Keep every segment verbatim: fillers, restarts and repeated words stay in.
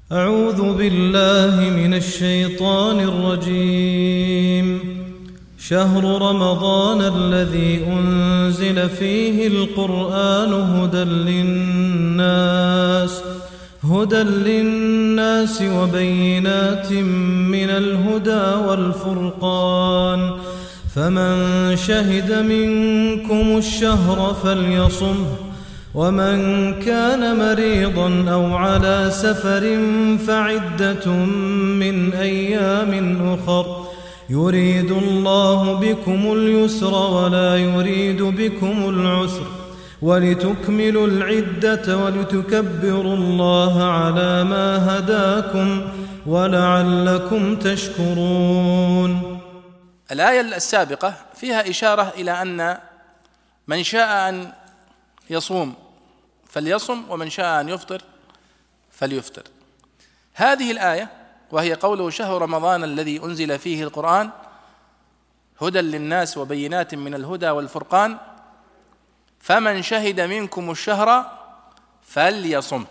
أعوذ بالله من الشيطان الرجيم. شهر رمضان الذي أنزل فيه القرآن هدى للناس هدى للناس وبينات من الهدى والفرقان، فمن شهد منكم الشهر فليصمه، ومن كان مريضا أو على سفر فعدة من أيام أخر، يريد الله بكم اليسر ولا يريد بكم العسر، ولتكملوا العدة ولتكبروا الله على ما هداكم ولعلكم تشكرون. الآية السابقة فيها إشارة إلى أن من شاء أن يصوم فليصم، ومن شاء أن يفطر فليفطر. هذه الآية وهي قوله شهر رمضان الذي أنزل فيه القرآن هدى للناس وبينات من الهدى والفرقان، فمن شهد منكم الشهر فليصم،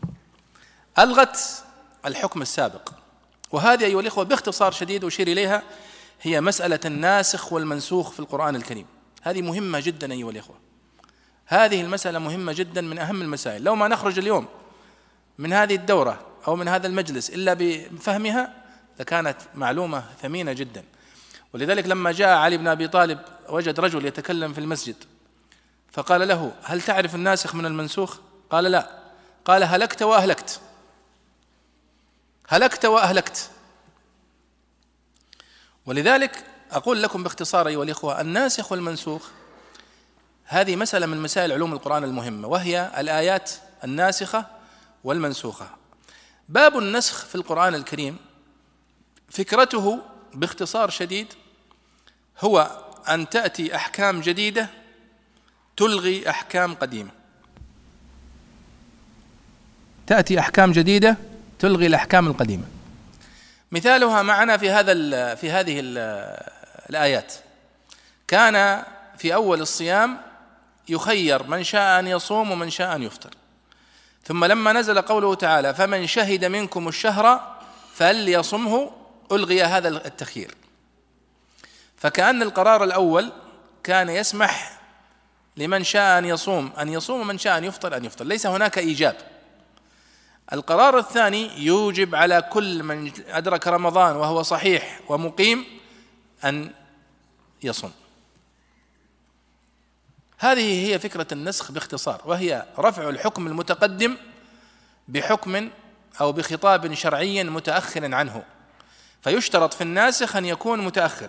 ألغت الحكم السابق. وهذه أيها الإخوة باختصار شديد أشير إليها هي مسألة الناسخ والمنسوخ في القرآن الكريم. هذه مهمة جدا أيها الإخوة، هذه المسألة مهمة جدا، من أهم المسائل. لو ما نخرج اليوم من هذه الدورة أو من هذا المجلس إلا بفهمها لكانت معلومة ثمينة جدا. ولذلك لما جاء علي بن أبي طالب وجد رجل يتكلم في المسجد فقال له: هل تعرف الناسخ من المنسوخ؟ قال: لا. قال: هلكت وأهلكت، هلكت وأهلكت. ولذلك أقول لكم باختصار أيها الإخوة، الناسخ والمنسوخ هذه مسألة من مسائل علوم القرآن المهمة، وهي الآيات الناسخة والمنسوخة. باب النسخ في القرآن الكريم فكرته باختصار شديد هو أن تأتي أحكام جديدة تلغي أحكام قديمة، تأتي أحكام جديدة تلغي الأحكام القديمة. مثالها معنا في هذا في هذه الآيات: كان في أول الصيام يخير من شاء أن يصوم ومن شاء أن يفطر، ثم لما نزل قوله تعالى فمن شهد منكم الشهر فليصمه ألغي هذا التخيير. فكأن القرار الأول كان يسمح لمن شاء أن يصوم أن يصوم ومن شاء أن يفطر أن يفطر، ليس هناك إيجاب. القرار الثاني يوجب على كل من أدرك رمضان وهو صحيح ومقيم أن يصوم. هذه هي فكرة النسخ باختصار، وهي رفع الحكم المتقدم بحكم أو بخطاب شرعي متأخر عنه، فيشترط في الناسخ أن يكون متأخر.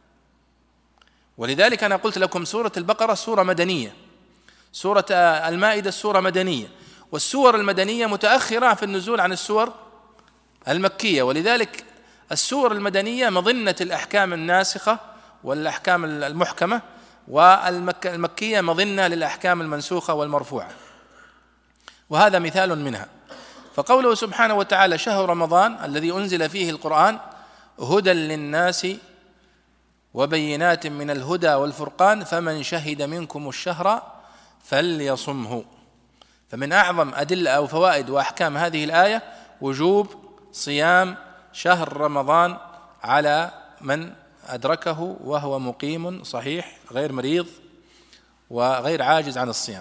ولذلك أنا قلت لكم سورة البقرة سورة مدنية، سورة المائدة سورة مدنية، والسور المدنية متأخرة في النزول عن السور المكية. ولذلك السور المدنية مظنة الأحكام الناسخة والأحكام المحكمة، والمكية مظنة للأحكام المنسوخة والمرفوعة، وهذا مثال منها. فقوله سبحانه وتعالى شهر رمضان الذي أنزل فيه القرآن هدى للناس وبينات من الهدى والفرقان، فمن شهد منكم الشهر فليصمه. فمن أعظم أدلة أو فوائد وأحكام هذه الآية وجوب صيام شهر رمضان على من أدركه وهو مقيم صحيح غير مريض وغير عاجز عن الصيام.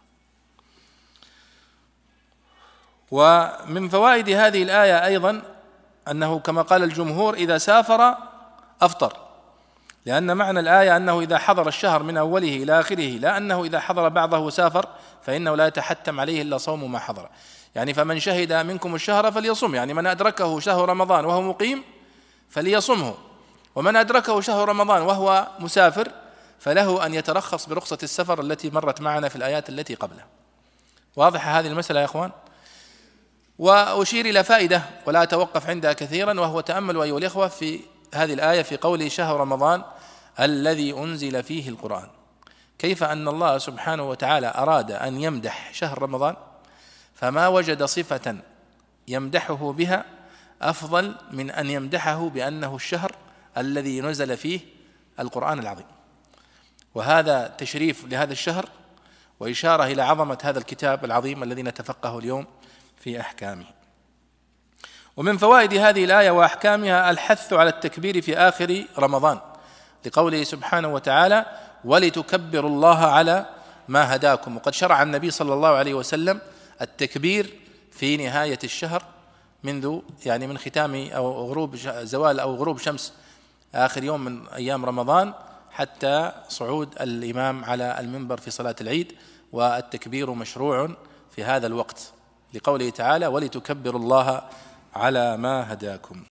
ومن فوائد هذه الآية أيضا أنه كما قال الجمهور إذا سافر أفطر، لأن معنى الآية أنه إذا حضر الشهر من أوله إلى آخره، لا أنه إذا حضر بعضه وسافر فإنه لا يتحتم عليه إلا صوم ما حضر. يعني فمن شهد منكم الشهر فليصم، يعني من أدركه شهر رمضان وهو مقيم فليصمه، ومن أدركه شهر رمضان وهو مسافر فله أن يترخص برخصة السفر التي مرت معنا في الآيات التي قبلها. واضحة هذه المسألة يا أخوان؟ وأشير إلى فائدة ولا أتوقف عندها كثيرا، وهو تأملوا أيها الإخوة في هذه الآية في قوله شهر رمضان الذي أنزل فيه القرآن، كيف أن الله سبحانه وتعالى أراد أن يمدح شهر رمضان فما وجد صفة يمدحه بها أفضل من أن يمدحه بأنه الشهر الذي نزل فيه القرآن العظيم. وهذا تشريف لهذا الشهر وإشارة إلى عظمة هذا الكتاب العظيم الذي نتفقه اليوم في أحكامه. ومن فوائد هذه الآية وأحكامها الحث على التكبير في آخر رمضان، لقوله سبحانه وتعالى: ولتكبروا الله على ما هداكم. وقد شرع النبي صلى الله عليه وسلم التكبير في نهاية الشهر، منذ يعني من ختام أو غروب زوال أو غروب شمس آخر يوم من أيام رمضان حتى صعود الإمام على المنبر في صلاة العيد، والتكبير مشروع في هذا الوقت، لقوله تعالى: ولتكبروا الله على ما هداكم.